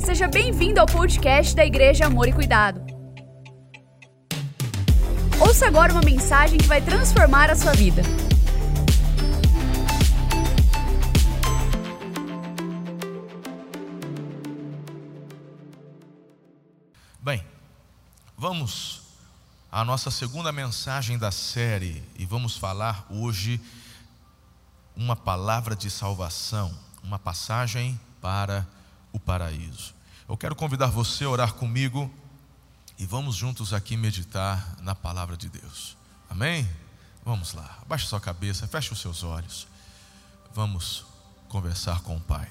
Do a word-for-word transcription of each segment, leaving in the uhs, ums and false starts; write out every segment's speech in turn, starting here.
seja bem-vindo ao podcast da Igreja Amor e Cuidado. Ouça agora uma mensagem que vai transformar a sua vida. Bem, vamos à nossa segunda mensagem da série e vamos falar hoje uma palavra de salvação, uma passagem para o paraíso. Eu quero convidar você a orar comigo e vamos juntos aqui meditar na palavra de Deus. Amém? Vamos lá, abaixe sua cabeça, feche os seus olhos. Vamos conversar com o Pai.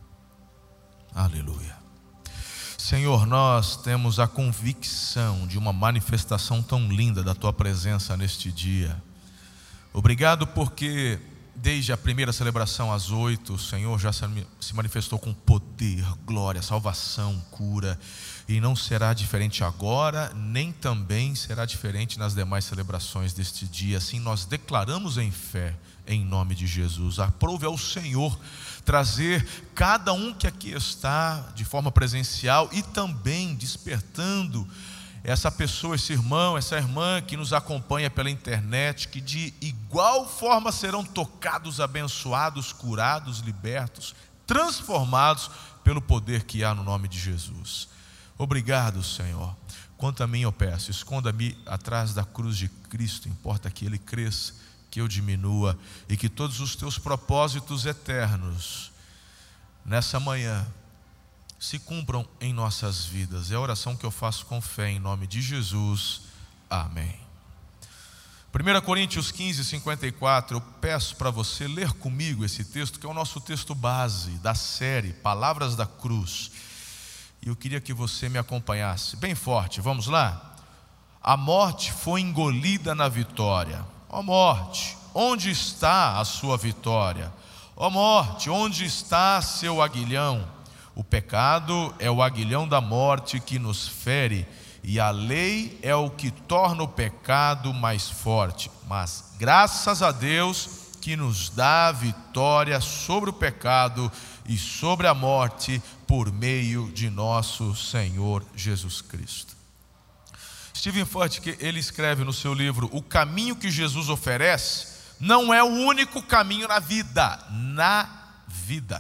Aleluia. Senhor, nós temos a convicção de uma manifestação tão linda da Tua presença neste dia. Obrigado porque desde a primeira celebração às oito, o Senhor já se manifestou com poder, glória, salvação, cura. E não será diferente agora, nem também será diferente nas demais celebrações deste dia. Assim nós declaramos em fé, em nome de Jesus. Aprove ao Senhor trazer cada um que aqui está de forma presencial e também despertando essa pessoa, esse irmão, essa irmã que nos acompanha pela internet, que de igual forma serão tocados, abençoados, curados, libertos, transformados pelo poder que há no nome de Jesus. Obrigado, Senhor. Quanto a mim eu peço, esconda-me atrás da cruz de Cristo, importa que Ele cresça, que eu diminua e que todos os Teus propósitos eternos nessa manhã se cumpram em nossas vidas. É a oração que eu faço com fé em nome de Jesus. Amém. primeira Coríntios quinze, cinquenta e quatro, eu peço para você ler comigo esse texto, que é o nosso texto base da série Palavras da Cruz. E eu queria que você me acompanhasse bem forte, vamos lá? A morte foi engolida na vitória. Ó morte, onde está a sua vitória? Ó morte, onde está seu aguilhão? O pecado é o aguilhão da morte que nos fere, e a lei é o que torna o pecado mais forte. Mas graças a Deus que nos dá a vitória sobre o pecado e sobre a morte por meio de nosso Senhor Jesus Cristo. Stephen Furtick, que ele escreve no seu livro: o caminho que Jesus oferece não é o único caminho na vida, na vida.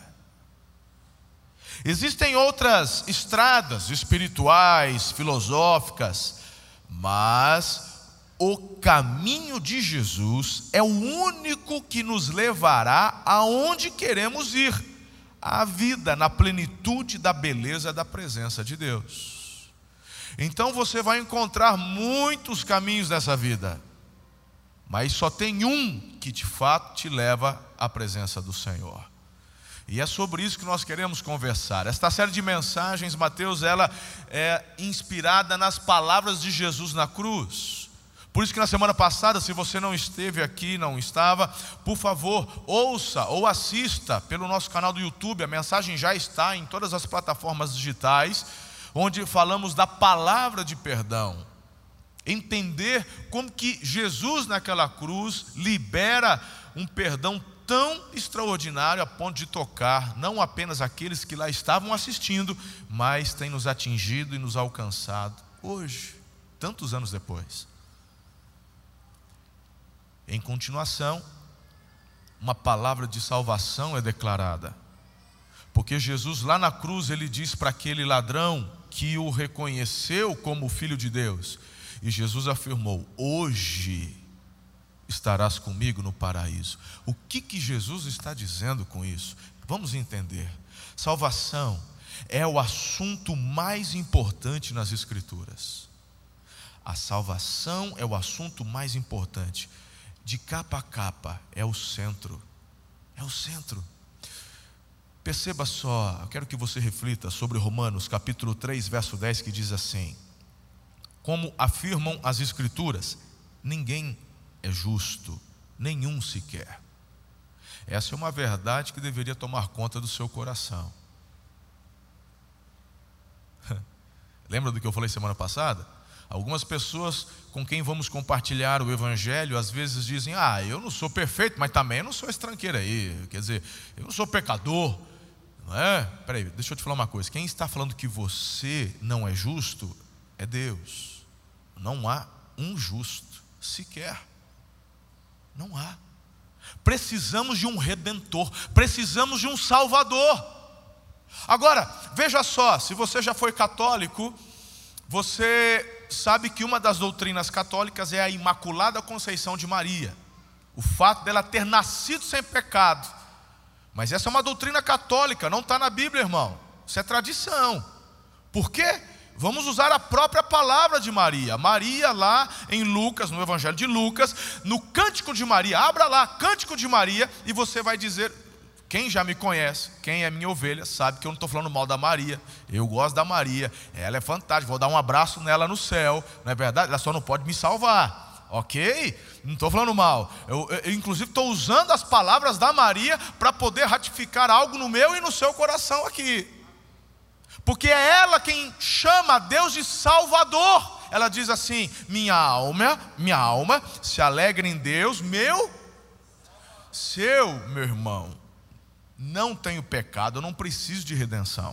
Existem outras estradas espirituais, filosóficas, mas o caminho de Jesus é o único que nos levará aonde queremos ir, a vida na plenitude da beleza da presença de Deus. Então você vai encontrar muitos caminhos nessa vida, mas só tem um que de fato te leva à presença do Senhor. E é sobre isso que nós queremos conversar. Esta série de mensagens, Mateus, ela é inspirada nas palavras de Jesus na cruz. Por isso que na semana passada, se você não esteve aqui, não estava, por favor, ouça ou assista pelo nosso canal do YouTube. A mensagem já está em todas as plataformas digitais, onde falamos da palavra de perdão. Entender como que Jesus naquela cruz libera um perdão tão extraordinário a ponto de tocar não apenas aqueles que lá estavam assistindo, mas tem nos atingido e nos alcançado hoje, tantos anos depois. Em continuação, uma palavra de salvação é declarada, porque Jesus lá na cruz, ele diz para aquele ladrão que o reconheceu como Filho de Deus, e Jesus afirmou: hoje estarás comigo no paraíso. O que que Jesus está dizendo com isso? Vamos entender. Salvação é o assunto mais importante nas Escrituras. A salvação é o assunto mais importante. De capa a capa, é o centro. É o centro. Perceba só, eu quero que você reflita sobre Romanos capítulo três, verso dez, que diz assim: como afirmam as Escrituras, ninguém é justo, nenhum sequer. Essa é uma verdade que deveria tomar conta do seu coração. Lembra do que eu falei semana passada? Algumas pessoas com quem vamos compartilhar o Evangelho às vezes dizem: ah, eu não sou perfeito, mas também eu não sou esse tranqueiro aí. Quer dizer, eu não sou pecador. Não é? Peraí, deixa eu te falar uma coisa. Quem está falando que você não é justo é Deus. Não há um justo sequer. Não há. Precisamos de um redentor, precisamos de um salvador. Agora, veja só, se você já foi católico, você sabe que uma das doutrinas católicas é a Imaculada Conceição de Maria, o fato dela ter nascido sem pecado. Mas essa é uma doutrina católica, não está na Bíblia, irmão. Isso é tradição. Por quê? Vamos usar a própria palavra de Maria. Maria lá em Lucas, no Evangelho de Lucas, no Cântico de Maria. Abra lá, Cântico de Maria, e você vai dizer... Quem já me conhece, quem é minha ovelha, sabe que eu não estou falando mal da Maria. Eu gosto da Maria, ela é fantástica. Vou dar um abraço nela no céu, não é verdade? Ela só não pode me salvar, ok? Não estou falando mal. Eu, eu, eu inclusive estou usando as palavras da Maria para poder ratificar algo no meu e no seu coração aqui. Porque é ela quem chama a Deus de Salvador. Ela diz assim: minha alma, minha alma se alegra em Deus, meu, seu, meu irmão, não tenho pecado, eu não preciso de redenção.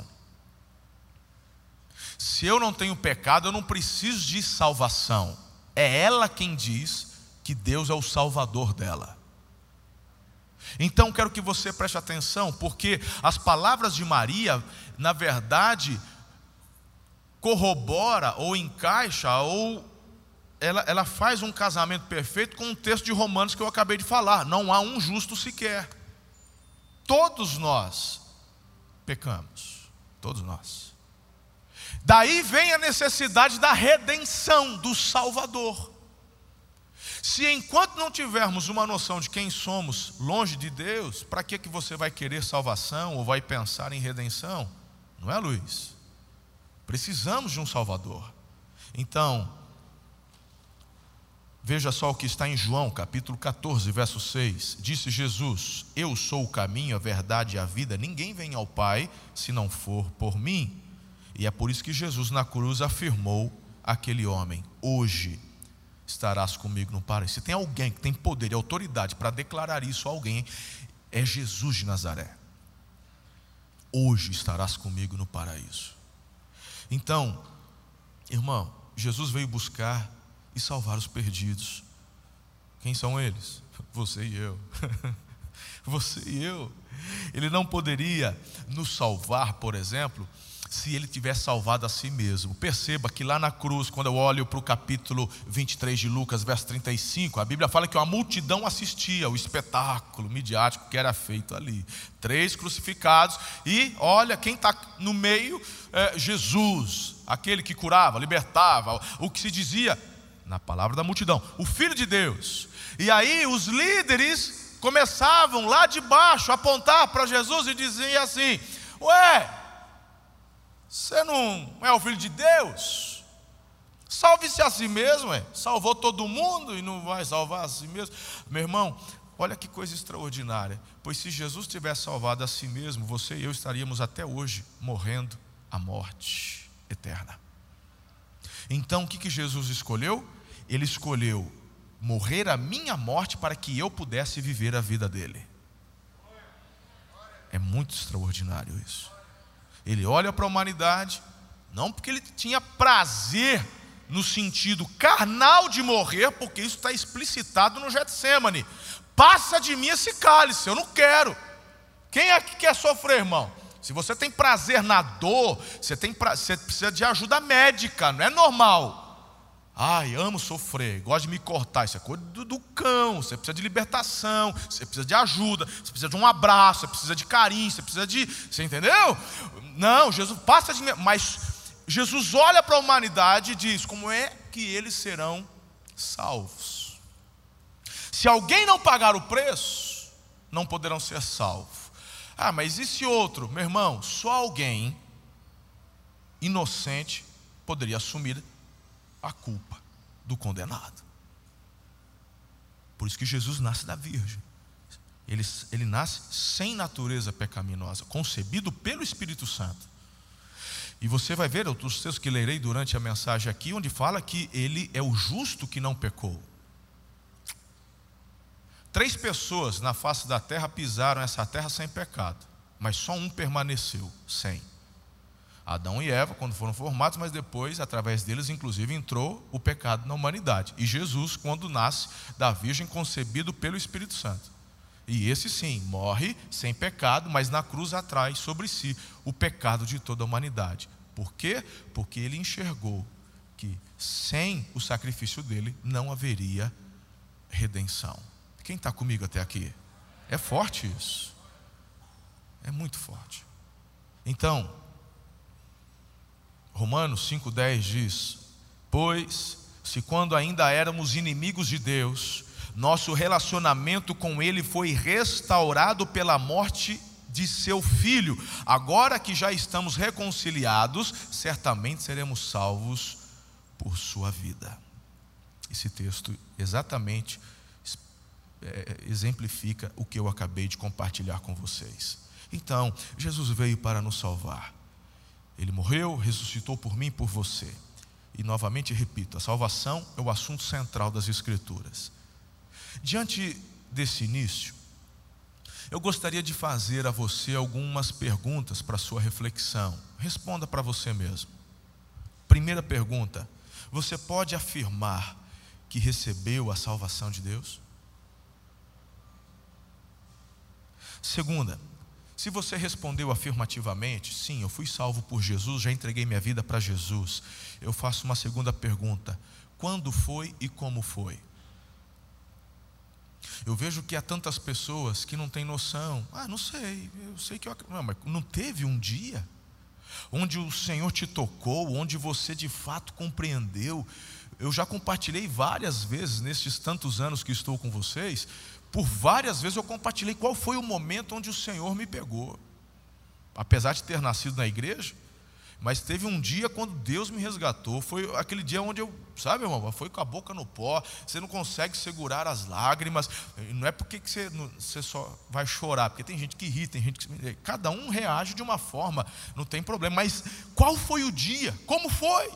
Se eu não tenho pecado, eu não preciso de salvação. É ela quem diz que Deus é o salvador dela. Então quero que você preste atenção, porque as palavras de Maria, na verdade, corrobora ou encaixa, ou ela, ela faz um casamento perfeito com o texto de Romanos que eu acabei de falar. Não há um justo sequer. Todos nós pecamos, todos nós. Daí vem a necessidade da redenção, do Salvador. Se enquanto não tivermos uma noção de quem somos longe de Deus, para que que você vai querer salvação ou vai pensar em redenção? Não é, Luiz? Precisamos de um Salvador. Então, veja só o que está em João, capítulo catorze, verso seis. Disse Jesus: eu sou o caminho, a verdade e a vida. Ninguém vem ao Pai se não for por mim. E é por isso que Jesus na cruz afirmou àquele homem: hoje estarás comigo no paraíso. Se tem alguém que tem poder e autoridade para declarar isso a alguém, é Jesus de Nazaré. Hoje estarás comigo no paraíso. Então, irmão, Jesus veio buscar e salvar os perdidos. Quem são eles? Você e eu. Você e eu. Ele não poderia nos salvar, por exemplo, se ele tivesse salvado a si mesmo. Perceba que lá na cruz, quando eu olho para o capítulo vinte e três de Lucas, verso trinta e cinco, a Bíblia fala que uma multidão assistia ao espetáculo midiático que era feito ali. Três crucificados, e olha quem está no meio, é Jesus, aquele que curava, libertava, o que se dizia na palavra da multidão, o Filho de Deus. E aí os líderes começavam lá de baixo a apontar para Jesus e diziam assim: ué, você não é o Filho de Deus? Salve-se a si mesmo, é? Salvou todo mundo e não vai salvar a si mesmo? Meu irmão, olha que coisa extraordinária. Pois se Jesus tivesse salvado a si mesmo, você e eu estaríamos até hoje morrendo a morte eterna. Então o que que Jesus escolheu? Ele escolheu morrer a minha morte para que eu pudesse viver a vida dele. É muito extraordinário isso. Ele olha para a humanidade, não porque ele tinha prazer no sentido carnal de morrer, porque isso está explicitado no Getsêmani. Passa de mim esse cálice, eu não quero. Quem é que quer sofrer, irmão? Se você tem prazer na dor, você, tem pra... você precisa de ajuda médica, não é normal. Ai, amo sofrer, gosto de me cortar, isso é coisa do, do cão. Você precisa de libertação, você precisa de ajuda, você precisa de um abraço, você precisa de carinho, você precisa de... Você entendeu? Não, Jesus passa de... Mas Jesus olha para a humanidade e diz: como é que eles serão salvos? Se alguém não pagar o preço, não poderão ser salvos. Ah, mas e se outro? Meu irmão, só alguém inocente poderia assumir a culpa do condenado. Por isso que Jesus nasce da Virgem. Ele, ele nasce sem natureza pecaminosa, concebido pelo Espírito Santo. E você vai ver outros textos que lerei durante a mensagem aqui, onde fala que ele é o justo que não pecou. Três pessoas na face da terra pisaram essa terra sem pecado: mas só um permaneceu, sem. Adão e Eva, quando foram formados, mas depois, através deles, inclusive, entrou o pecado na humanidade. E Jesus, quando nasce da Virgem, concebido pelo Espírito Santo. E esse sim, morre sem pecado, mas na cruz atrai sobre si o pecado de toda a humanidade. Por quê? Porque ele enxergou que sem o sacrifício dele não haveria redenção. Quem está comigo até aqui? É forte isso. É muito forte. Então, Romanos cinco, dez diz: pois, se quando ainda éramos inimigos de Deus, nosso relacionamento com Ele foi restaurado pela morte de seu Filho, agora que já estamos reconciliados, certamente seremos salvos por sua vida. Esse texto exatamente é, exemplifica o que eu acabei de compartilhar com vocês. Então, Jesus veio para nos salvar. Ele morreu, ressuscitou por mim e por você. E novamente repito, a salvação é o assunto central das Escrituras. Diante desse início, eu gostaria de fazer a você algumas perguntas para a sua reflexão. Responda para você mesmo. Primeira pergunta: você pode afirmar que recebeu a salvação de Deus? Segunda, se você respondeu afirmativamente, sim, eu fui salvo por Jesus, já entreguei minha vida para Jesus, eu faço uma segunda pergunta: quando foi e como foi? Eu vejo que há tantas pessoas que não têm noção. Ah, não sei, eu sei que eu... Não, mas não teve um dia onde o Senhor te tocou, onde você de fato compreendeu? Eu já compartilhei várias vezes, nesses tantos anos que estou com vocês, por várias vezes eu compartilhei qual foi o momento onde o Senhor me pegou. Apesar de ter nascido na igreja, mas teve um dia quando Deus me resgatou. Foi aquele dia onde eu, sabe, irmão, foi com a boca no pó. Você não consegue segurar as lágrimas. Não é porque que você, você só vai chorar, porque tem gente que ri, tem gente que... Cada um reage de uma forma, não tem problema. Mas qual foi o dia? Como foi?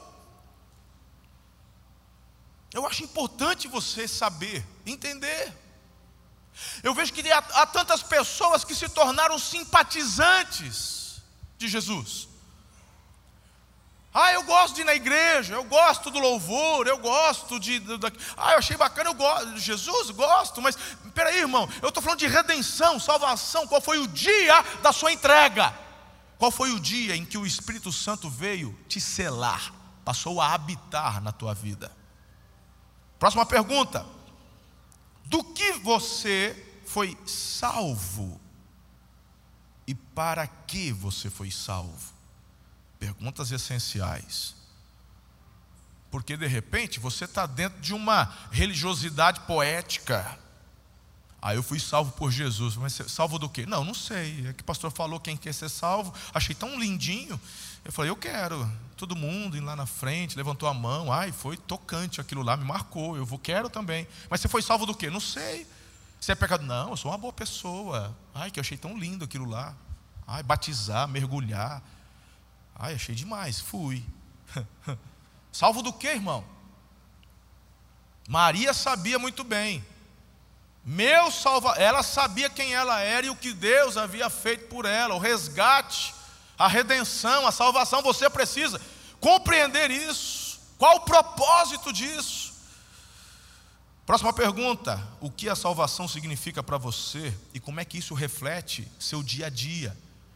Eu acho importante você saber, entender. Eu vejo que há, há tantas pessoas que se tornaram simpatizantes de Jesus. Ah, eu gosto de ir na igreja, eu gosto do louvor, eu gosto de... de, de ah, eu achei bacana, eu gosto de Jesus, gosto, mas peraí, irmão, eu estou falando de redenção, salvação. Qual foi o dia da sua entrega? Qual foi o dia em que o Espírito Santo veio te selar, passou a habitar na tua vida? Próxima pergunta: do que você foi salvo? E para que você foi salvo? Perguntas essenciais. Porque de repente você está dentro de uma religiosidade poética. Ah, eu fui salvo por Jesus. Mas salvo do quê? Não, não sei. É que o pastor falou quem quer ser salvo. Achei tão lindinho. Eu falei, eu quero. Todo mundo indo lá na frente, levantou a mão. Ai, foi tocante aquilo lá, me marcou. Eu vou, quero também. Mas você foi salvo do quê? Não sei. Você é pecado? Não, eu sou uma boa pessoa. Ai, que eu achei tão lindo aquilo lá. Ai, batizar, mergulhar. Ai, achei demais, fui. Salvo do quê, irmão? Maria sabia muito bem. Meu salva... Ela sabia quem ela era e o que Deus havia feito por ela. O resgate, a redenção, a salvação. Você precisa compreender isso. Qual o propósito disso? Próxima pergunta: o que a salvação significa para você e como é que isso reflete seu dia a dia?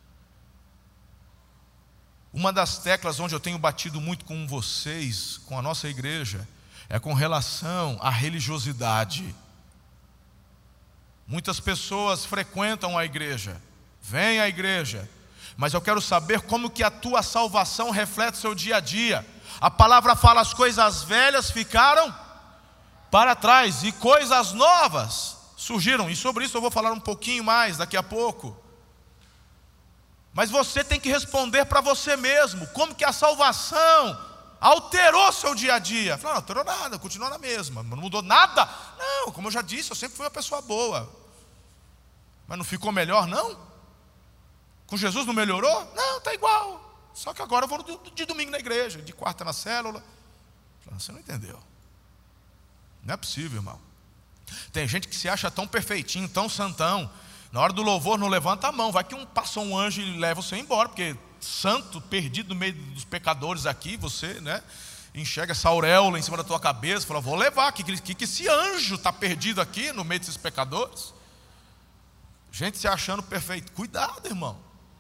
Uma das teclas onde eu tenho batido muito com vocês, com a nossa igreja, é com relação à religiosidade. Muitas pessoas frequentam a igreja, vêm à igreja, mas eu quero saber como que a tua salvação reflete seu dia a dia. A palavra fala: as coisas velhas ficaram para trás e coisas novas surgiram. E sobre isso eu vou falar um pouquinho mais daqui a pouco. Mas você tem que responder para você mesmo, como que a salvação alterou seu dia a dia. Fala, não, não alterou nada, continua na mesma, não mudou nada. Não, como eu já disse, eu sempre fui uma pessoa boa. Mas não ficou melhor, não? Com Jesus não melhorou? Não, está igual. Só que agora eu vou de domingo na igreja, de quarta na célula. Fala, você não entendeu. Não é possível, irmão. Tem gente que se acha tão perfeitinho, tão santão, Na hora do louvor não levanta a mão, vai que um, passou um anjo e leva você embora, porque santo, perdido no meio dos pecadores aqui, você, né, enxerga essa auréola em cima da tua cabeça, fala, vou levar, que, que, que esse anjo está perdido aqui no meio desses pecadores? Gente se achando perfeito. Cuidado, irmão.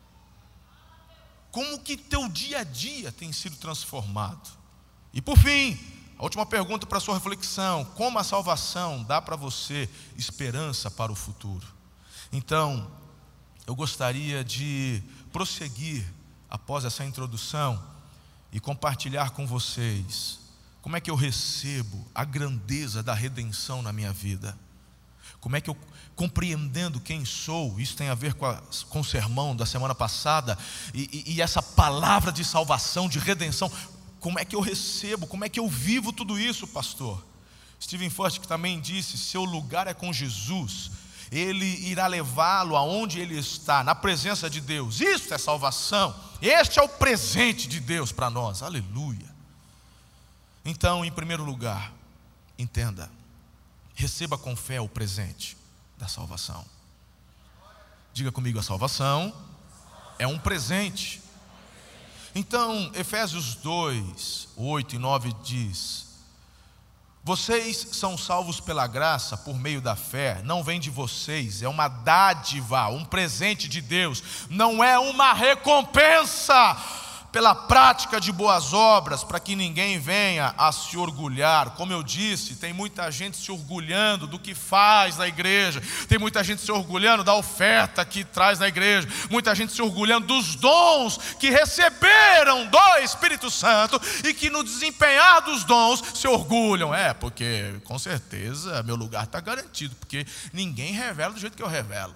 Como que teu dia a dia tem sido transformado? E por fim, a última pergunta para a sua reflexão: como a salvação dá para você esperança para o futuro? Então, eu gostaria de prosseguir após essa introdução e compartilhar com vocês como é que eu recebo a grandeza da redenção na minha vida. Como é que eu, compreendendo quem sou, isso tem a ver com, a, com o sermão da semana passada, e, e, e essa palavra de salvação, de redenção, como é que eu recebo, como é que eu vivo tudo isso, pastor? Stephen Furtick, que também disse, seu lugar é com Jesus, Ele irá levá-lo aonde Ele está, na presença de Deus. Isso é salvação, este é o presente de Deus para nós, aleluia. Então, em primeiro lugar, entenda, receba com fé o presente da salvação. Diga comigo, a salvação é um presente. Então, Efésios dois, oito e nove diz: vocês são salvos pela graça, por meio da fé. Não vem de vocês, é uma dádiva, um presente de Deus. Não é uma recompensa pela prática de boas obras, para que ninguém venha a se orgulhar. Como eu disse, tem muita gente se orgulhando do que faz na igreja, tem muita gente se orgulhando da oferta que traz na igreja, muita gente se orgulhando dos dons que receberam do Espírito Santo e que no desempenhar dos dons se orgulham. É, porque com certeza meu lugar está garantido, porque ninguém revela do jeito que eu revelo.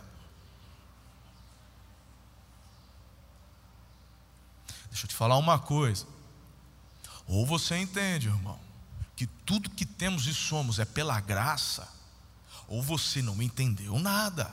Deixa eu te falar uma coisa. Ou você entende, irmão, que tudo que temos e somos é pela graça, ou você não entendeu nada.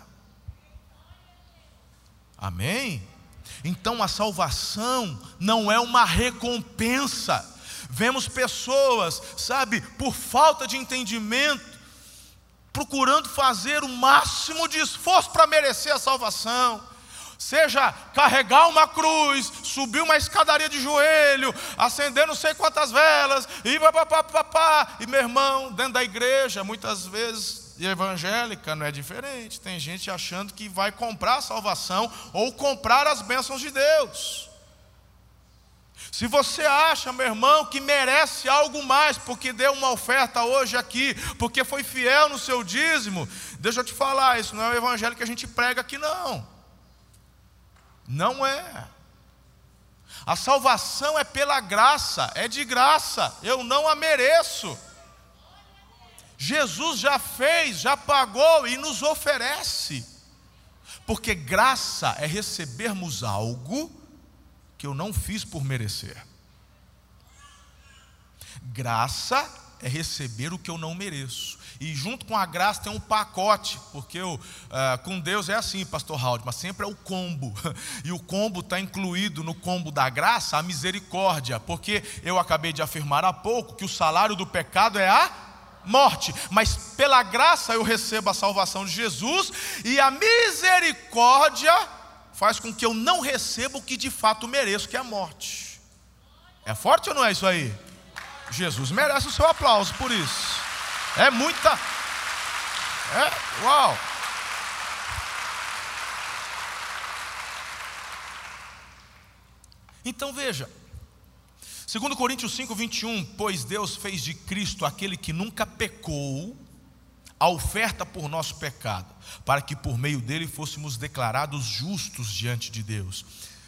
Amém? Então a salvação não é uma recompensa. Vemos pessoas, sabe, por falta de entendimento, procurando fazer o máximo de esforço para merecer a salvação. Seja carregar uma cruz, subir uma escadaria de joelho, acender não sei quantas velas, e papapá. E meu irmão, dentro da igreja, muitas vezes evangélica, não é diferente. Tem gente achando que vai comprar a salvação ou comprar as bênçãos de Deus. Se você acha, meu irmão, que merece algo mais, porque deu uma oferta hoje aqui, porque foi fiel no seu dízimo, deixa eu te falar, isso não é o evangelho que a gente prega aqui não. Não é. A salvação é pela graça, é de graça, eu não a mereço. Jesus já fez, já pagou e nos oferece. Porque graça é recebermos algo que eu não fiz por merecer. Graça é receber o que eu não mereço. E junto com a graça tem um pacote, porque eu, uh, com Deus é assim, pastor Raul, mas sempre é o combo. E o combo está incluído no combo da graça a misericórdia, porque eu acabei de afirmar há pouco que o salário do pecado é a morte, mas pela graça eu recebo a salvação de Jesus, e a misericórdia faz com que eu não receba o que de fato mereço, que é a morte. É forte ou não é isso aí? Jesus merece o seu aplauso por isso. É muita. É, uau. Então veja, segundo Coríntios cinco, vinte e um, pois Deus fez de Cristo aquele que nunca pecou, a oferta por nosso pecado, para que por meio dele fôssemos declarados justos diante de Deus.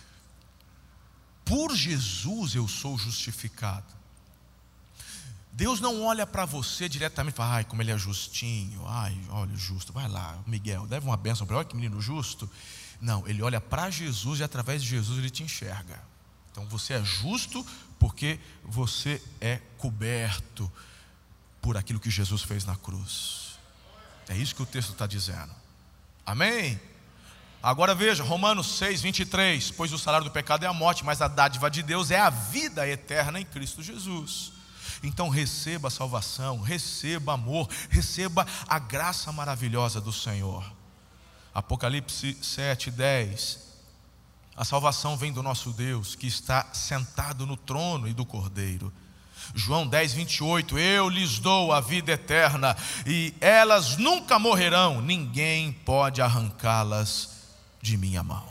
Por Jesus eu sou justificado. Deus não olha para você diretamente e fala, ai, como ele é justinho, ai, olha, justo, vai lá, Miguel, deve uma bênção para ele, olha que menino justo. Não, ele olha para Jesus e através de Jesus ele te enxerga. Então você é justo porque você é coberto por aquilo que Jesus fez na cruz. É isso que o texto está dizendo. Amém? Agora veja, Romanos seis, vinte e três, pois o salário do pecado é a morte, mas a dádiva de Deus é a vida eterna em Cristo Jesus. Então receba a salvação, receba amor, receba a graça maravilhosa do Senhor. Apocalipse sete, dez. A salvação vem do nosso Deus, que está sentado no trono e do Cordeiro. João dez, vinte e oito. Eu lhes dou a vida eterna, e elas nunca morrerão, ninguém pode arrancá-las de minha mão.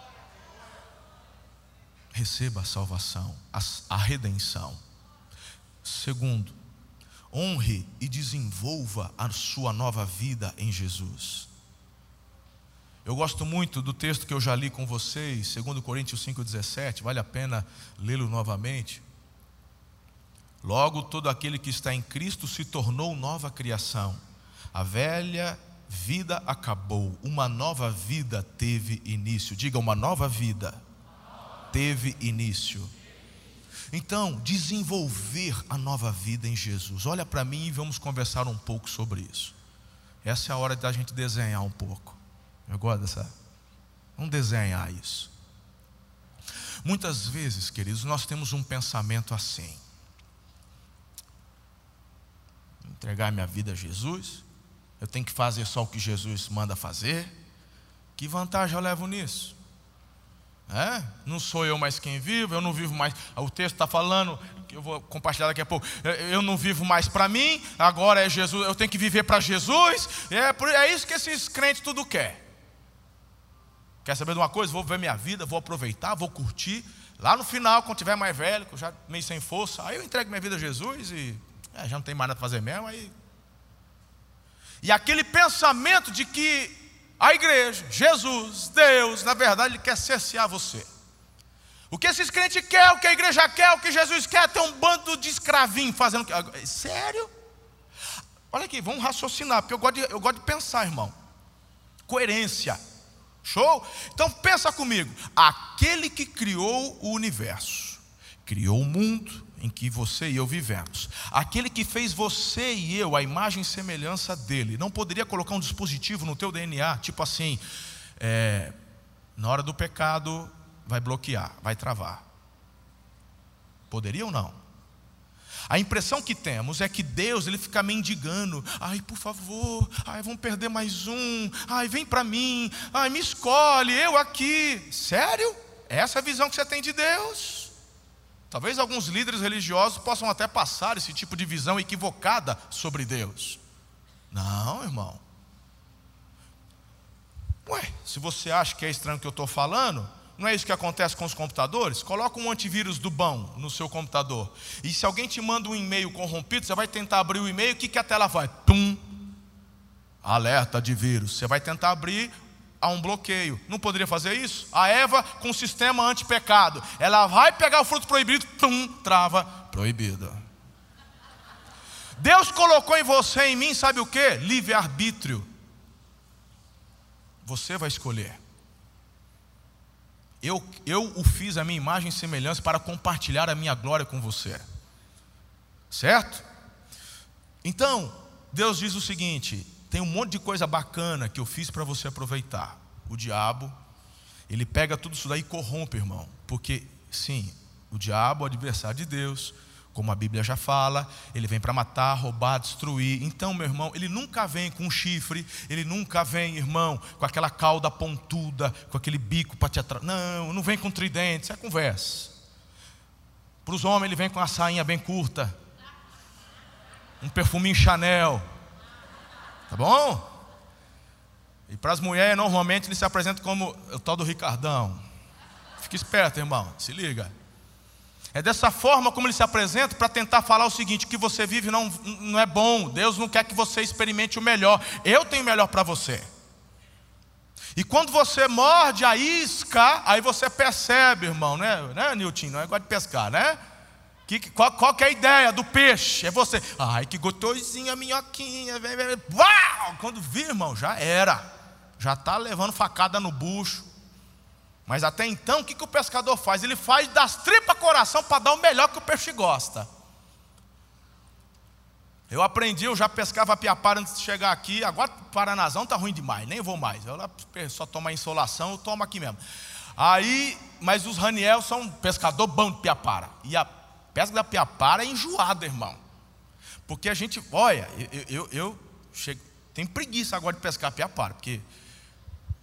Receba a salvação, a, a redenção. Segundo, honre e desenvolva a sua nova vida em Jesus. Eu gosto muito do texto que eu já li com vocês, segundo Coríntios cinco, dezessete, vale a pena lê-lo novamente. Logo, todo aquele que está em Cristo se tornou nova criação. A velha vida acabou, uma nova vida teve início. Diga, uma nova vida teve início. Então, desenvolver a nova vida em Jesus. Olha para mim e vamos conversar um pouco sobre isso. Essa é a hora da gente desenhar um pouco. Eu gosto dessa. Vamos desenhar isso. Muitas vezes, queridos, nós temos um pensamento assim: entregar minha vida a Jesus, eu tenho que fazer só o que Jesus manda fazer. Que vantagem eu levo nisso? É? Não sou eu mais quem vivo, eu não vivo mais. O texto está falando, que eu vou compartilhar daqui a pouco. Eu não vivo mais para mim, agora é Jesus. Eu tenho que viver para Jesus. É, é isso que esses crentes tudo quer. Quer saber de uma coisa? Vou ver minha vida, vou aproveitar, vou curtir. Lá no final, quando tiver mais velho, que eu já meio sem força, aí eu entrego minha vida a Jesus e é, já não tem mais nada para fazer mesmo. Aí... E aquele pensamento de que a igreja, Jesus, Deus, na verdade, Ele quer cercear você. O que esses crentes querem, o que a igreja quer, o que Jesus quer, tem um bando de escravinhos fazendo. Sério? Olha aqui, vamos raciocinar, porque eu gosto de, eu gosto de pensar, irmão. Coerência. Show? Então pensa comigo. Aquele que criou o universo, criou o mundo em que você e eu vivemos, aquele que fez você e eu a imagem e semelhança dele, não poderia colocar um dispositivo no teu D N A, tipo assim, é, na hora do pecado vai bloquear, vai travar? Poderia ou não? A impressão que temos é que Deus, Ele fica mendigando. Ai, por favor, ai, vamos perder mais um. Ai, vem para mim. Ai, me escolhe, eu aqui. Sério? Essa é a visão que você tem de Deus? Talvez alguns líderes religiosos possam até passar esse tipo de visão equivocada sobre Deus. Não, irmão. Ué, se você acha que é estranho o que eu estou falando, não é isso que acontece com os computadores? Coloca um antivírus do bom no seu computador. E se alguém te manda um e-mail corrompido, você vai tentar abrir o e-mail, o que, que a tela vai? Tum! Alerta de vírus. Você vai tentar abrir, há um bloqueio. Não poderia fazer isso? A Eva com o sistema antipecado. Ela vai pegar o fruto proibido, tum, trava, proibido. Deus colocou em você e em mim, sabe o que? Livre-arbítrio. Você vai escolher. Eu, eu o fiz a minha imagem e semelhança para compartilhar a minha glória com você. Certo? Então, Deus diz o seguinte: tem um monte de coisa bacana que eu fiz para você aproveitar. O diabo, ele pega tudo isso daí e corrompe, irmão. Porque, sim, o diabo é o adversário de Deus. Como a Bíblia já fala, ele vem para matar, roubar, destruir. Então, meu irmão, ele nunca vem com um chifre. Ele nunca vem, irmão, com aquela cauda pontuda, com aquele bico para te atrapalhar. Não, não vem com tridente, isso é conversa. Para os homens ele vem com uma sainha bem curta, um perfuminho Chanel. Tá bom? E para as mulheres, normalmente ele se apresenta como o tal do Ricardão. Fique esperto, irmão, se liga. É dessa forma como ele se apresenta, para tentar falar o seguinte: o que você vive não, não é bom. Deus não quer que você experimente o melhor. Eu tenho o melhor para você. E quando você morde a isca, aí você percebe, irmão, né, né Nilton? Não é igual de pescar, né? Que, qual, qual que é a ideia do peixe? É você, ai, que gostosinha, minhoquinha. Vem, vem, vem. Uau! Quando vir, irmão, já era. Já está levando facada no bucho. Mas até então, o que, que o pescador faz? Ele faz das tripas coração para dar o melhor que o peixe gosta. Eu aprendi, eu já pescava piapara antes de chegar aqui. Agora o Paranazão está ruim demais, nem vou mais. Eu lá só tomo a insolação, eu tomo aqui mesmo. Aí, mas os Raniel são pescador bom de piapara. E a pesca da piapara é enjoada, irmão. Porque a gente, olha, eu, eu, eu chego, tenho preguiça agora de pescar piapara, porque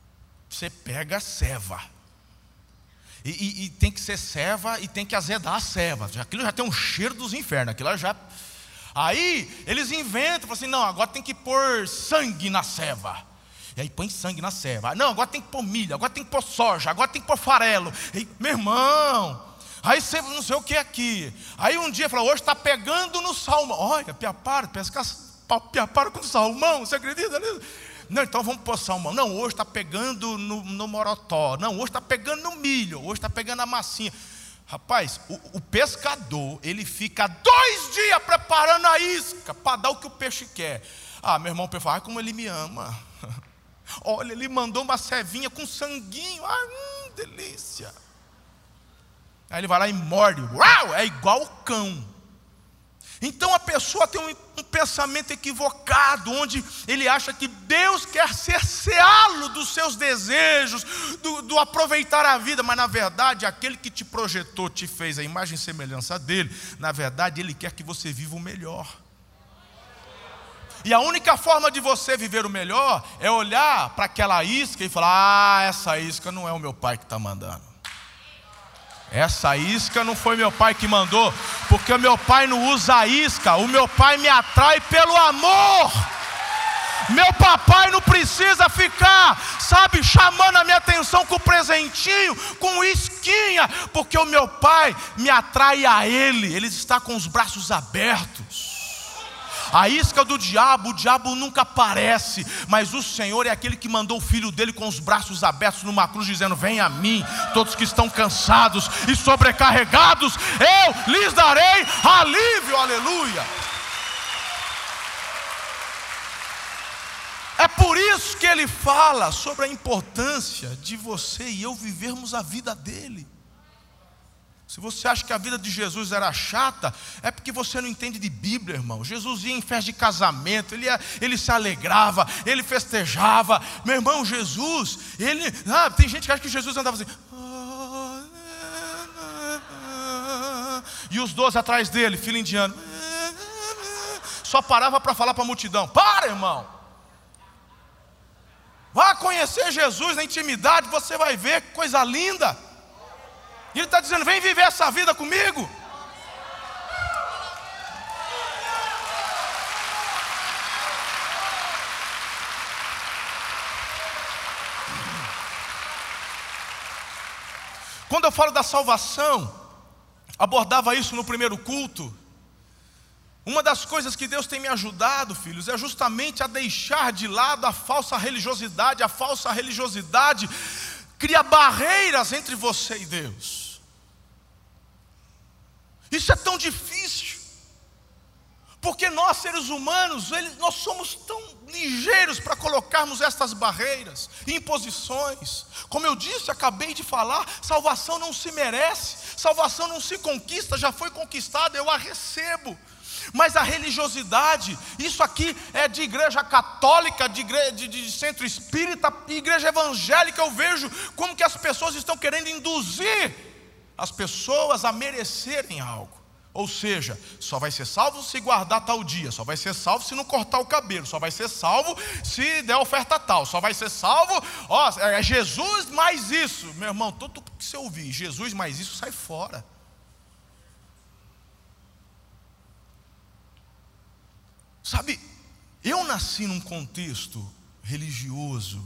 você pega a ceva. E, e, e tem que ser ceva e tem que azedar a ceva. Aquilo já tem um cheiro dos infernos. Aquilo já... Aí eles inventam, falam assim, não, agora tem que pôr sangue na ceva. E aí põe sangue na ceva. Não, agora tem que pôr milho, agora tem que pôr soja, agora tem que pôr farelo. E, meu irmão, aí você não sei o que aqui. Aí um dia falou, hoje está pegando no salmão. Olha, piapara, pesca, piapara com salmão, você acredita nisso? Não, então vamos pôr salmão. Não, hoje está pegando no, no morotó. Não, hoje está pegando no milho. Hoje está pegando a massinha. Rapaz, o, o pescador, ele fica dois dias preparando a isca para dar o que o peixe quer. Ah, meu irmão, o peixe fala, ai, como ele me ama. Olha, ele mandou uma cevinha com sanguinho. Ah, hum, delícia. Aí ele vai lá e morde. Uau, é igual o cão. Então a pessoa tem um, um pensamento equivocado, onde ele acha que Deus quer cerceá-lo dos seus desejos, do, do aproveitar a vida, mas na verdade aquele que te projetou, te fez a imagem e semelhança dele, na verdade ele quer que você viva o melhor. E a única forma de você viver o melhor é olhar para aquela isca e falar, ah, essa isca não é o meu pai que está mandando. Essa isca não foi meu pai que mandou, porque o meu pai não usa a isca, o meu pai me atrai pelo amor. Meu papai não precisa ficar, sabe, chamando a minha atenção com presentinho, com isquinha, porque o meu pai me atrai a ele, ele está com os braços abertos. A isca do diabo, o diabo nunca aparece, mas o Senhor é aquele que mandou o filho dele com os braços abertos numa cruz, dizendo, vem a mim, todos que estão cansados e sobrecarregados, eu lhes darei alívio, aleluia. É por isso que ele fala sobre a importância de você e eu vivermos a vida dele. Se você acha que a vida de Jesus era chata, é porque você não entende de Bíblia, irmão. Jesus ia em festa de casamento, ele, ia, ele se alegrava, ele festejava. Meu irmão, Jesus, ele... Ah, tem gente que acha que Jesus andava assim... E os doze atrás dele, filho indiano, só parava para falar para a multidão. Para, irmão! Vá conhecer Jesus na intimidade, você vai ver que coisa linda. E ele está dizendo, vem viver essa vida comigo. Quando eu falo da salvação, abordava isso no primeiro culto. Uma das coisas que Deus tem me ajudado, filhos, é justamente a deixar de lado a falsa religiosidade. A falsa religiosidade cria barreiras entre você e Deus. Isso é tão difícil, porque nós seres humanos, nós somos tão ligeiros para colocarmos estas barreiras e imposições. Como eu disse, acabei de falar, salvação não se merece, salvação não se conquista, já foi conquistada, eu a recebo. Mas a religiosidade, isso aqui é de igreja católica, de, igreja, de, de centro espírita, igreja evangélica. Eu vejo como que as pessoas estão querendo induzir as pessoas a merecerem algo. Ou seja, só vai ser salvo se guardar tal dia, só vai ser salvo se não cortar o cabelo, só vai ser salvo se der oferta tal, só vai ser salvo, ó, é Jesus mais isso. Meu irmão, tudo que você ouvir Jesus mais isso, sai fora. Sabe, eu nasci num contexto religioso,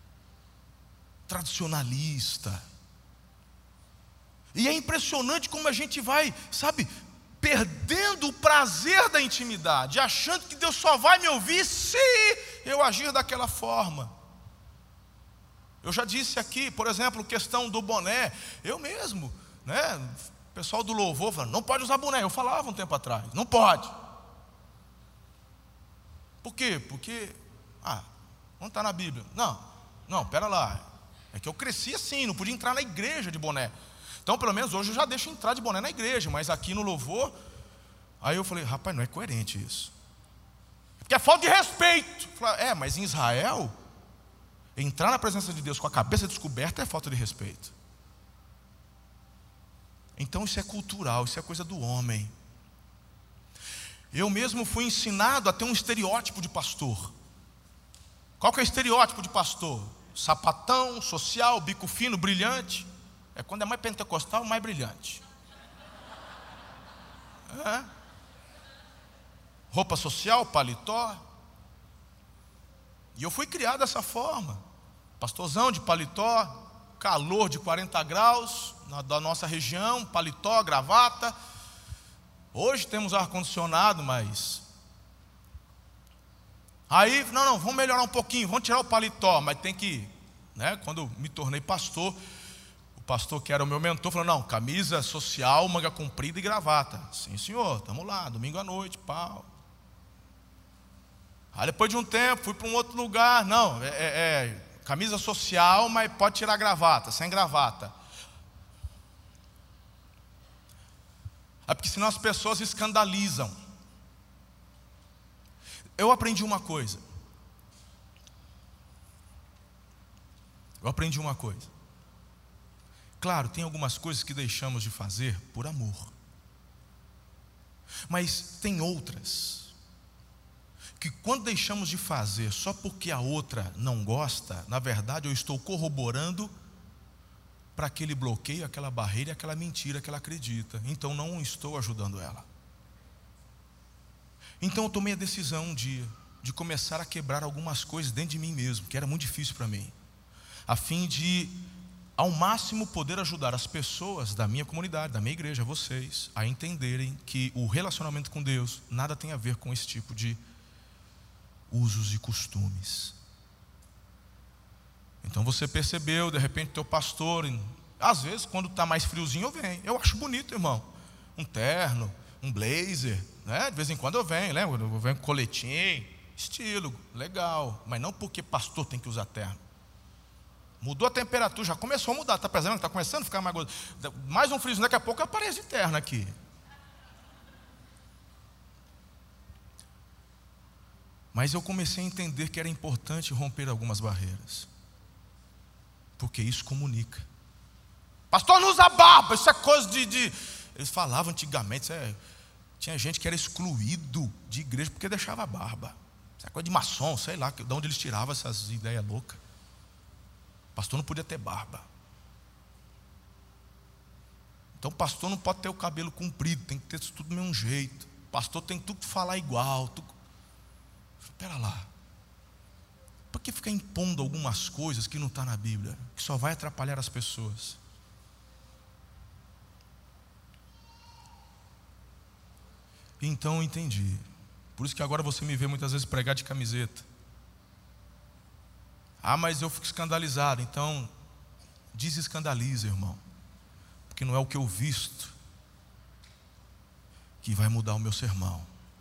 tradicionalista, e é impressionante como a gente vai, sabe, perdendo o prazer da intimidade, achando que Deus só vai me ouvir se eu agir daquela forma. Eu já disse aqui, por exemplo, questão do boné. Eu mesmo, né, o pessoal do louvor fala, não pode usar boné. Eu falava um tempo atrás, não pode. Por quê? Porque, ah, não está na Bíblia. Não, não, pera lá. É que eu cresci assim, não podia entrar na igreja de boné. Então, pelo menos hoje eu já deixo entrar de boné na igreja, mas aqui no louvor, aí eu falei, rapaz, não é coerente isso. Porque é falta de respeito. Eu falei, é, mas em Israel, entrar na presença de Deus com a cabeça descoberta é falta de respeito. Então isso é cultural, isso é coisa do homem. Eu mesmo fui ensinado a ter um estereótipo de pastor. Qual que é o estereótipo de pastor? sapatão, social, bico fino, brilhante. É quando é mais pentecostal, mais brilhante. É. Roupa social, paletó. E eu fui criado dessa forma. Pastorzão de paletó, calor de quarenta graus na, da nossa região, paletó, gravata. Hoje temos ar-condicionado, mas... Aí, não, não, vamos melhorar um pouquinho, vamos tirar o paletó, mas tem que... Né, quando eu me tornei pastor, o pastor que era o meu mentor falou, não, camisa social, manga comprida e gravata. Sim, senhor, estamos lá, domingo à noite, pau. Aí depois de um tempo, fui para um outro lugar, não, é, é, é camisa social, mas pode tirar gravata, sem gravata. É porque senão as pessoas escandalizam. Eu aprendi uma coisa. Eu aprendi uma coisa. Claro, tem algumas coisas que deixamos de fazer por amor. Mas tem outras que quando deixamos de fazer só porque a outra não gosta, na verdade eu estou corroborando para aquele bloqueio, aquela barreira, aquela mentira que ela acredita. Então não estou ajudando ela. Então eu tomei a decisão um dia de começar a quebrar algumas coisas dentro de mim mesmo, que era muito difícil para mim, a fim de ao máximo poder ajudar as pessoas da minha comunidade, da minha igreja, vocês, a entenderem que o relacionamento com Deus nada tem a ver com esse tipo de usos e costumes. Então você percebeu, de repente teu pastor, às vezes quando está mais friozinho eu venho, eu acho bonito, irmão, um terno, um blazer, né? De vez em quando eu venho, lembra? Eu venho com coletinho, estilo, legal, mas não porque pastor tem que usar terno. Mudou a temperatura, já começou a mudar, está percebendo? Está começando a ficar mais gostoso. Mais um friozinho, daqui a pouco aparece de terno aqui. Mas eu comecei a entender que era importante romper algumas barreiras, porque isso comunica. Pastor, não usa barba, isso é coisa de... de... Eles falavam antigamente, isso é... tinha gente que era excluído de igreja porque deixava barba. Isso é coisa de maçom, sei lá, de onde eles tiravam essas ideias loucas. Pastor não podia ter barba. Então pastor não pode ter o cabelo comprido, tem que ter tudo do mesmo jeito. Pastor tem tudo que falar igual. Tudo... Espera lá. Por que ficar impondo algumas coisas que não está na Bíblia, que só vai atrapalhar as pessoas? Então eu entendi. Por isso que agora você me vê muitas vezes pregar de camiseta. Ah, mas eu fico escandalizado. Então, desescandaliza, irmão. Porque não é o que eu visto que vai mudar o meu sermão.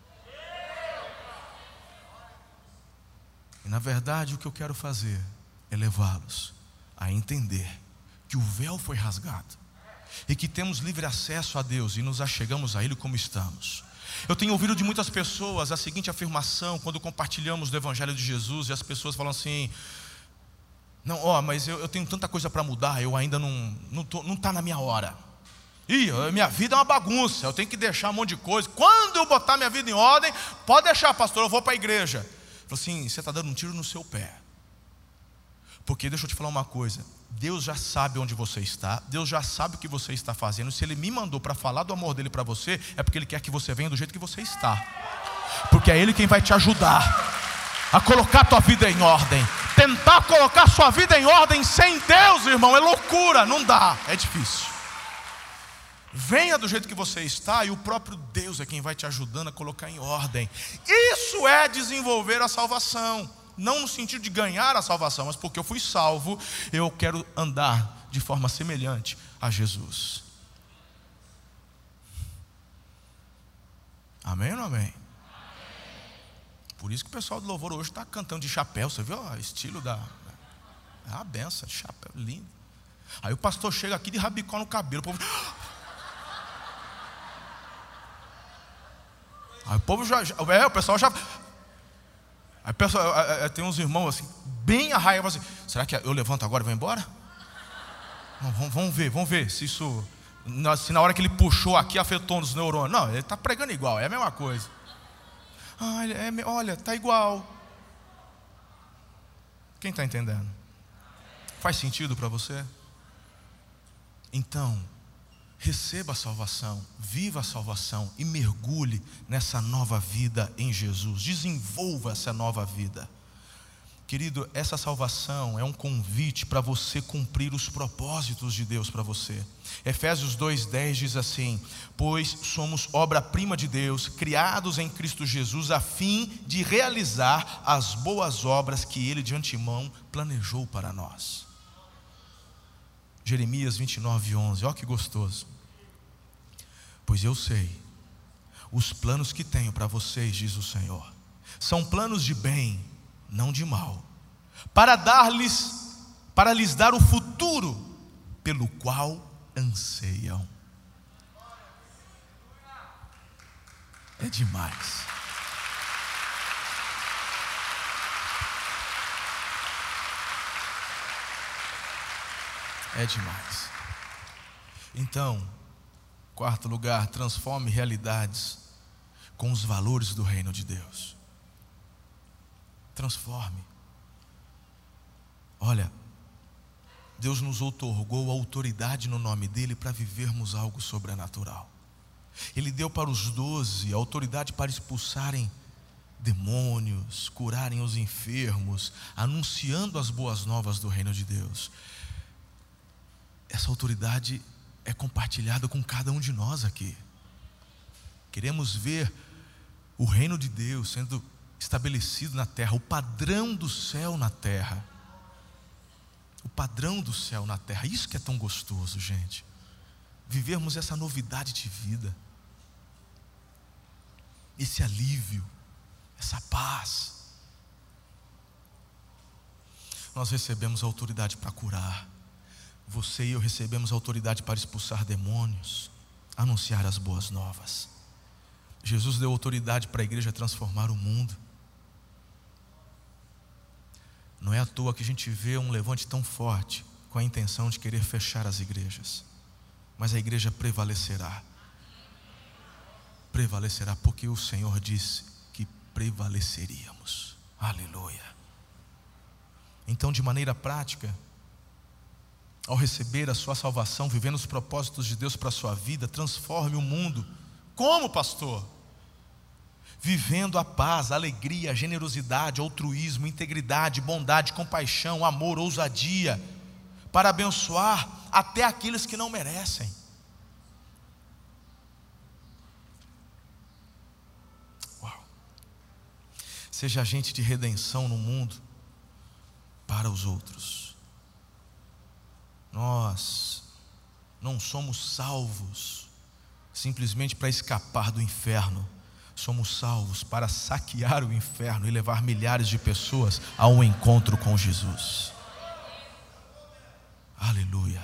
E na verdade o que eu quero fazer é levá-los a entender que o véu foi rasgado e que temos livre acesso a Deus e nos achegamos a Ele como estamos. Eu tenho ouvido de muitas pessoas a seguinte afirmação quando compartilhamos do Evangelho de Jesus, e as pessoas falam assim: não, ó, mas eu, eu tenho tanta coisa para mudar, eu ainda não não tô, não está na minha hora. Ih, minha vida é uma bagunça, eu tenho que deixar um monte de coisa. Quando eu botar minha vida em ordem, pode deixar, pastor, eu vou para a igreja. Falei assim, você está dando um tiro no seu pé. Porque deixa eu te falar uma coisa, Deus já sabe onde você está, Deus já sabe o que você está fazendo. Se Ele me mandou para falar do amor dele para você, é porque Ele quer que você venha do jeito que você está. Porque é Ele quem vai te ajudar a colocar a tua vida em ordem. Tentar colocar a sua vida em ordem sem Deus, irmão, é loucura, não dá, é difícil. Venha do jeito que você está e o próprio Deus é quem vai te ajudando a colocar em ordem. Isso é desenvolver a salvação. Não no sentido de ganhar a salvação, mas porque eu fui salvo, eu quero andar de forma semelhante a Jesus. Amém ou não amém? Por isso que o pessoal do louvor hoje está cantando de chapéu. Você viu o estilo da... É uma benção de chapéu, lindo. Aí o pastor chega aqui de rabicó no cabelo, o povo... Aí o povo já... É, o pessoal já... Aí o pessoal, tem uns irmãos assim, bem a raiva assim, será que eu levanto agora e vou embora? Não, vamos, vamos ver, vamos ver se isso... Se na hora que ele puxou aqui afetou nos neurônios. Não, ele está pregando igual, é a mesma coisa. Ah, é, olha, está igual. Quem está entendendo? Faz sentido para você? Então, receba a salvação, viva a salvação e mergulhe nessa nova vida em Jesus. Desenvolva essa nova vida. Querido, essa salvação é um convite para você cumprir os propósitos de Deus para você. Efésios dois, dez diz assim: pois somos obra-prima de Deus, criados em Cristo Jesus, a fim de realizar as boas obras que Ele de antemão planejou para nós. Jeremias vinte e nove, onze, olha que gostoso. Pois eu sei os planos que tenho para vocês, diz o Senhor, são planos de bem, não de mal, para dar-lhes, para lhes dar o futuro pelo qual anseiam. É demais. É demais. Então, quarto lugar, transforme realidades com os valores do reino de Deus. Transforme. Olha, Deus nos outorgou a autoridade no nome dEle para vivermos algo sobrenatural. Ele deu para os doze a autoridade para expulsarem demônios, curarem os enfermos, anunciando as boas novas do reino de Deus. Essa autoridade é compartilhada com cada um de nós aqui. Queremos ver o reino de Deus sendo estabelecido na terra, o padrão do céu na terra. O padrão do céu na terra. Isso que é tão gostoso, gente. Vivermos essa novidade de vida, esse alívio, essa paz. Nós recebemos a autoridade para curar. Você e eu recebemos a autoridade para expulsar demônios, anunciar as boas novas. Jesus deu autoridade para a igreja transformar o mundo. Não é à toa que a gente vê um levante tão forte com a intenção de querer fechar as igrejas. Mas a igreja prevalecerá. Prevalecerá porque o Senhor disse que prevaleceríamos. Aleluia. Então, de maneira prática, ao receber a sua salvação, vivendo os propósitos de Deus para a sua vida, transforme o mundo. Como, pastor? Vivendo a paz, a alegria, a generosidade, altruísmo, integridade, bondade, compaixão, amor, ousadia, para abençoar até aqueles que não merecem. Uau. Seja agente de redenção no mundo para os outros. Nós não somos salvos simplesmente para escapar do inferno. Somos salvos para saquear o inferno e levar milhares de pessoas a um encontro com Jesus. Aleluia.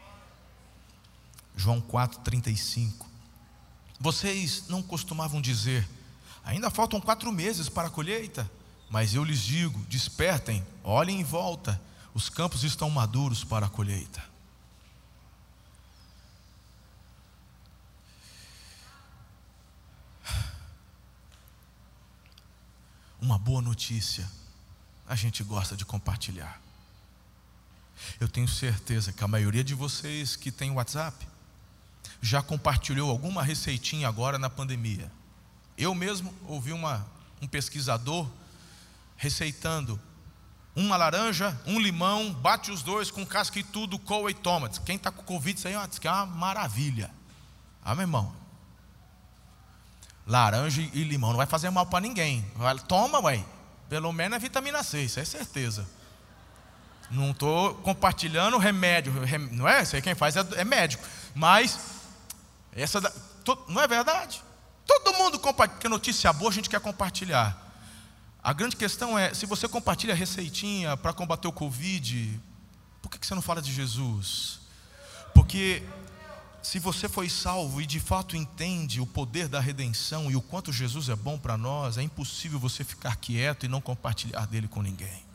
João quatro, trinta e cinco. Vocês não costumavam dizer: ainda faltam quatro meses para a colheita? Mas eu lhes digo: despertem, olhem em volta, os campos estão maduros para a colheita. Uma boa notícia a gente gosta de compartilhar. Eu tenho certeza que a maioria de vocês que tem WhatsApp já compartilhou alguma receitinha agora na pandemia. Eu mesmo ouvi uma, um pesquisador receitando uma laranja, um limão, bate os dois com casca e tudo, coa e toma. Quem está com Covid, isso aí ó, diz que é uma maravilha. Ah, meu irmão, laranja e limão não vai fazer mal para ninguém. Toma, ué, pelo menos é vitamina C, isso é certeza. Não estou compartilhando remédio, não é? Isso aí quem faz é, é médico. Mas, essa da, to, não é verdade? Todo mundo compartilha, porque notícia boa a gente quer compartilhar. A grande questão é, se você compartilha receitinha para combater o Covid, por que você não fala de Jesus? Porque se você foi salvo e de fato entende o poder da redenção e o quanto Jesus é bom para nós, é impossível você ficar quieto e não compartilhar dele com ninguém.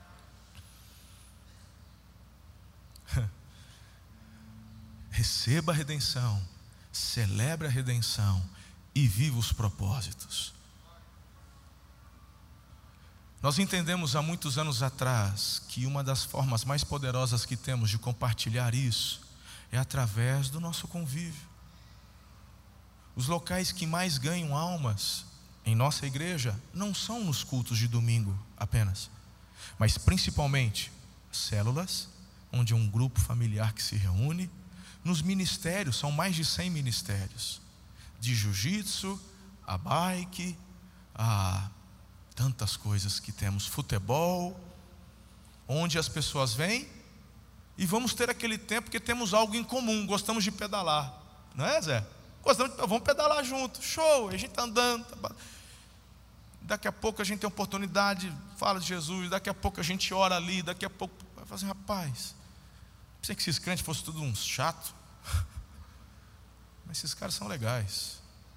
Receba a redenção, celebre a redenção e viva os propósitos. Nós entendemos há muitos anos atrás que uma das formas mais poderosas que temos de compartilhar isso é através do nosso convívio. Os locais que mais ganham almas em nossa igreja não são nos cultos de domingo apenas, mas principalmente células, onde é um grupo familiar que se reúne. Nos ministérios, são mais de cem ministérios, de jiu-jitsu, a bike, a tantas coisas que temos, futebol, onde as pessoas vêm e vamos ter aquele tempo porque temos algo em comum, gostamos de pedalar, não é, Zé? Gostamos de, vamos pedalar junto, show, a gente está andando, tá, daqui a pouco a gente tem oportunidade, fala de Jesus, daqui a pouco a gente ora ali, daqui a pouco, vai fazer, rapaz, pensei que esses crentes fossem tudo uns chato, mas esses caras são legais.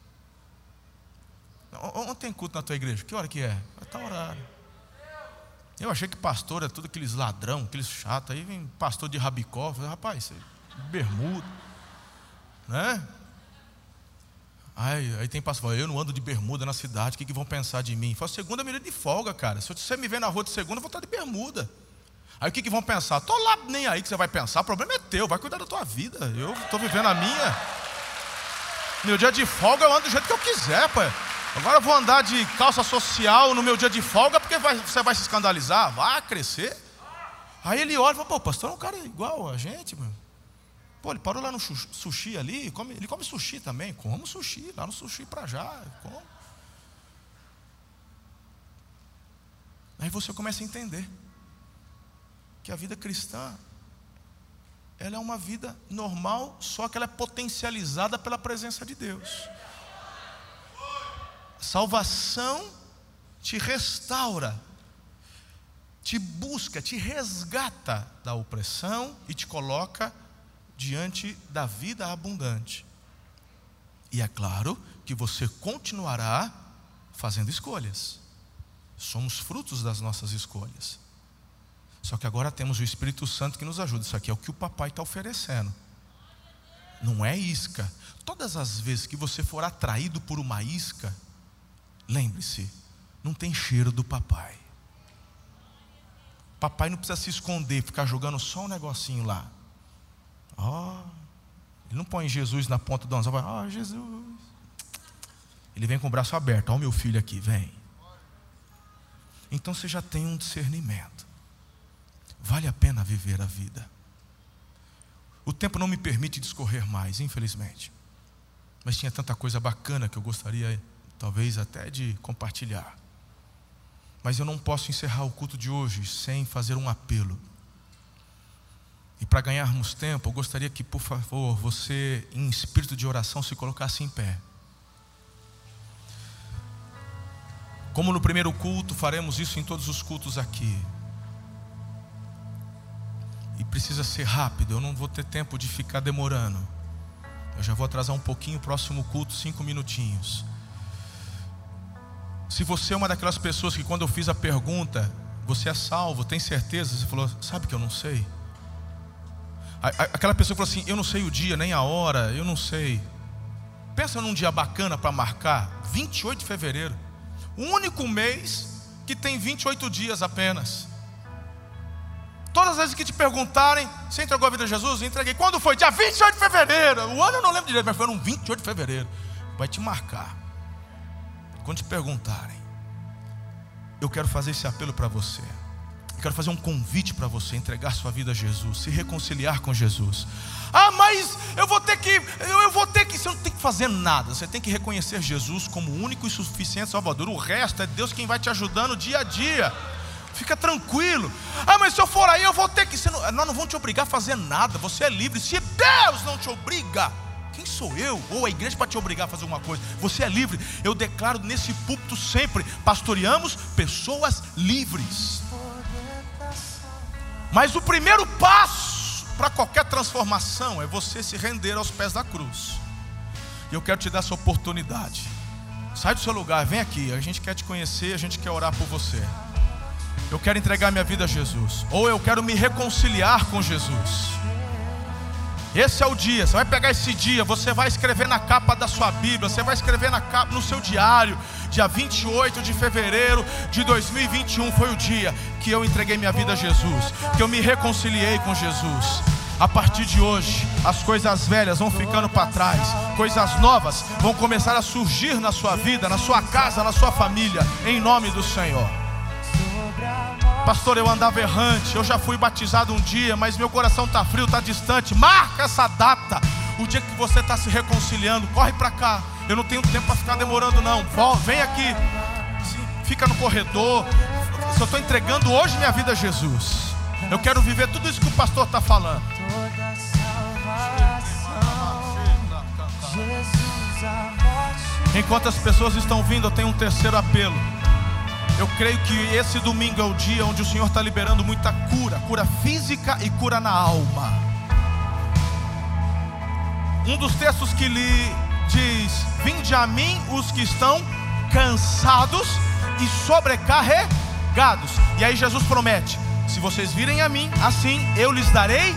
Onde tem culto na tua igreja? Que hora que é? Vai estar horário. Eu achei que pastor é tudo aqueles ladrão, aqueles chatos. Aí vem pastor de rabicó. Falei, rapaz, bermuda, né? Aí, aí tem pastor, eu não ando de bermuda na cidade, o que, que vão pensar de mim? Fala, segunda é de folga, cara. Se você me ver na rua de segunda, eu vou estar de bermuda. Aí o que, que vão pensar? Estou lá nem aí que você vai pensar, o problema é teu, vai cuidar da tua vida. Eu estou vivendo a minha. Meu dia de folga eu ando do jeito que eu quiser, pai. Agora eu vou andar de calça social no meu dia de folga porque vai, você vai se escandalizar, vai crescer. Aí ele olha e fala, pô, o pastor é um cara igual a gente, meu. Pô, ele parou lá no sushi ali, come, ele come sushi também, como sushi, lá no sushi pra já, como. Aí você começa a entender que a vida cristã, ela é uma vida normal, só que ela é potencializada pela presença de Deus. Salvação te restaura, te busca, te resgata da opressão e te coloca diante da vida abundante. E é claro que você continuará fazendo escolhas. Somos frutos das nossas escolhas. Só que agora temos o Espírito Santo que nos ajuda. Isso aqui é o que o papai está oferecendo. Não é isca. Todas as vezes que você for atraído por uma isca, lembre-se, não tem cheiro do papai. Papai não precisa se esconder, ficar jogando só um negocinho lá. Oh, ele não põe Jesus na ponta do anzol, vai, oh, Jesus. Ele vem com o braço aberto, ó, oh, meu filho aqui, vem. Então você já tem um discernimento. Vale a pena viver a vida. O tempo não me permite discorrer mais, infelizmente. Mas tinha tanta coisa bacana que eu gostaria, talvez até de compartilhar. Mas eu não posso encerrar o culto de hoje sem fazer um apelo. E para ganharmos tempo, eu gostaria que, por favor, você, em espírito de oração, se colocasse em pé. Como no primeiro culto, faremos isso em todos os cultos aqui. E precisa ser rápido, eu não vou ter tempo de ficar demorando. Eu já vou atrasar um pouquinho o próximo culto, cinco minutinhos. Se você é uma daquelas pessoas que quando eu fiz a pergunta, você é salvo, tem certeza? Você falou, sabe que eu não sei? Aquela pessoa falou assim, eu não sei o dia, nem a hora, eu não sei. Pensa num dia bacana para marcar, vinte e oito de fevereiro. O único mês que tem vinte e oito dias apenas. Todas as vezes que te perguntarem, você entregou a vida a Jesus? Eu entreguei. Quando foi? Dia vinte e oito de fevereiro. O ano eu não lembro direito, mas foi no vinte e oito de fevereiro. Vai te marcar. Quando te perguntarem, eu quero fazer esse apelo para você. Eu quero fazer um convite para você entregar sua vida a Jesus, se reconciliar com Jesus. Ah, mas eu vou ter que, eu, eu vou ter que, você não tem que fazer nada. Você tem que reconhecer Jesus como o único e suficiente Salvador. O resto é Deus quem vai te ajudando dia a dia. Fica tranquilo. Ah, mas se eu for aí eu vou ter que, você não, nós não vamos te obrigar a fazer nada. Você é livre. Se Deus não te obriga, quem sou eu ou a igreja para te obrigar a fazer alguma coisa? Você é livre. Eu declaro nesse púlpito sempre, pastoreamos pessoas livres. Mas o primeiro passo para qualquer transformação é você se render aos pés da cruz. E eu quero te dar essa oportunidade. Sai do seu lugar, vem aqui. A gente quer te conhecer, a gente quer orar por você. Eu quero entregar minha vida a Jesus, ou eu quero me reconciliar com Jesus. Esse é o dia, você vai pegar esse dia, você vai escrever na capa da sua Bíblia, você vai escrever na capa, no seu diário. Dia vinte e oito de fevereiro de dois mil e vinte e um foi o dia que eu entreguei minha vida a Jesus, que eu me reconciliei com Jesus. A partir de hoje, as coisas velhas vão ficando para trás, coisas novas vão começar a surgir na sua vida, na sua casa, na sua família, em nome do Senhor. Pastor, eu andava errante, eu já fui batizado um dia, mas meu coração está frio, está distante. Marca essa data, o dia que você está se reconciliando, corre para cá. Eu não tenho tempo para ficar demorando não, vem aqui, fica no corredor. Eu estou entregando hoje minha vida a Jesus. Eu quero viver tudo isso que o pastor está falando. Enquanto as pessoas estão vindo, eu tenho um terceiro apelo. Eu creio que esse domingo é o dia onde o Senhor está liberando muita cura, cura física e cura na alma. Um dos textos que lhe diz: vinde a mim os que estão cansados e sobrecarregados. E aí Jesus promete: se vocês virem a mim, assim eu lhes darei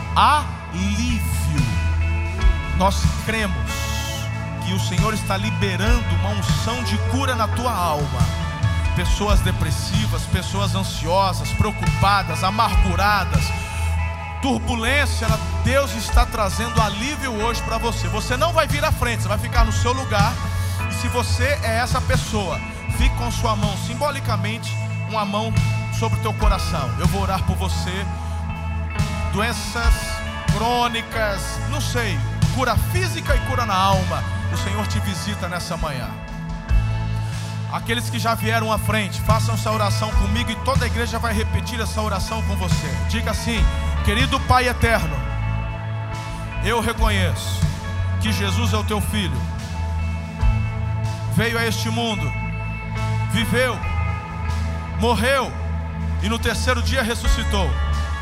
alívio. Nós cremos que o Senhor está liberando uma unção de cura na tua alma. Pessoas depressivas, pessoas ansiosas, preocupadas, amarguradas, turbulência, Deus está trazendo alívio hoje para você. Você não vai vir à frente, você vai ficar no seu lugar. E se você é essa pessoa, fique com sua mão, simbolicamente, uma mão sobre o teu coração. Eu vou orar por você. Doenças crônicas, não sei, cura física e cura na alma, o Senhor te visita nessa manhã. Aqueles que já vieram à frente, façam essa oração comigo e toda a igreja vai repetir essa oração com você. Diga assim: querido Pai eterno, eu reconheço que Jesus é o teu filho, veio a este mundo, viveu, morreu e no terceiro dia ressuscitou.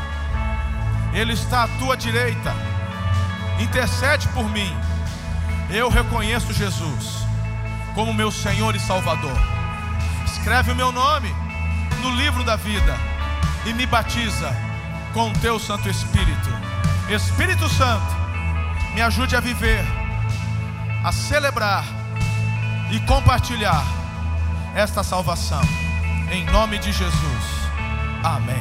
Ele está à tua direita, intercede por mim. Eu reconheço Jesus como meu Senhor e Salvador. Escreve o meu nome no livro da vida e me batiza com o teu Santo Espírito. Espírito Santo, me ajude a viver, a celebrar e compartilhar esta salvação, em nome de Jesus, amém.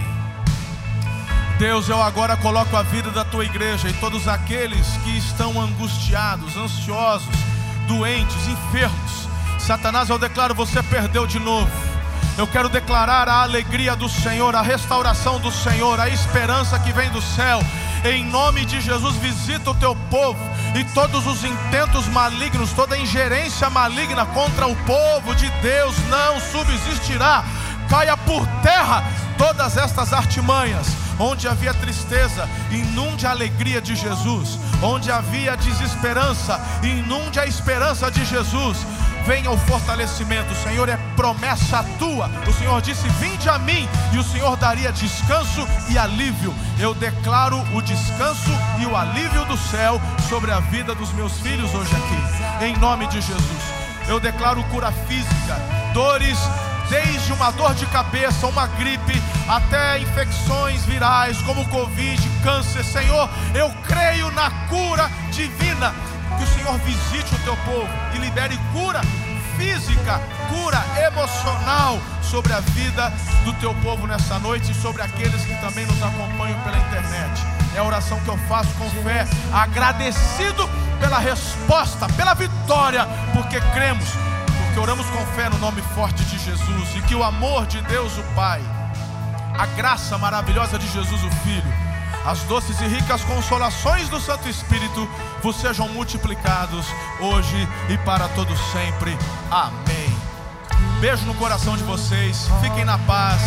Deus, eu agora coloco a vida da tua igreja e todos aqueles que estão angustiados, ansiosos, doentes, enfermos. Satanás, eu declaro, você perdeu de novo. Eu quero declarar a alegria do Senhor, a restauração do Senhor, a esperança que vem do céu. Em nome de Jesus, visita o teu povo e todos os intentos malignos, toda ingerência maligna contra o povo de Deus não subsistirá. Caia por terra todas estas artimanhas. Onde havia tristeza, inunde a alegria de Jesus. Onde havia desesperança, inunde a esperança de Jesus. Venha o fortalecimento, Senhor, é promessa tua. O Senhor disse: vinde a mim, e o Senhor daria descanso e alívio. Eu declaro o descanso e o alívio do céu sobre a vida dos meus filhos hoje aqui, em nome de Jesus. Eu declaro cura física, dores, desde uma dor de cabeça, uma gripe, até infecções virais como Covid, câncer. Senhor, eu creio na cura divina. Que o Senhor visite o teu povo e libere cura física, cura emocional sobre a vida do teu povo nessa noite e sobre aqueles que também nos acompanham pela internet. É a oração que eu faço com fé, agradecido pela resposta, pela vitória, porque cremos, porque oramos com fé no nome forte de Jesus. E que o amor de Deus o Pai, a graça maravilhosa de Jesus o Filho, as doces e ricas consolações do Santo Espírito vos sejam multiplicados hoje e para todos sempre. Amém. Beijo no coração de vocês. Fiquem na paz.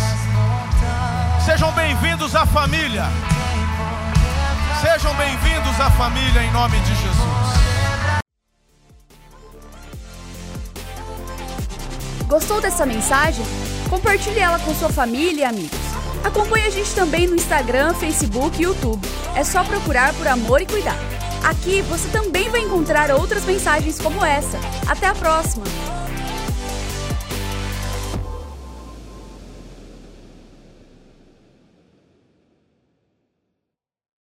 Sejam bem-vindos à família. Sejam bem-vindos à família em nome de Jesus. Gostou dessa mensagem? Compartilhe ela com sua família e amigos. Acompanhe a gente também no Instagram, Facebook e YouTube. É só procurar por Amor e Cuidado. Aqui você também vai encontrar outras mensagens como essa. Até a próxima!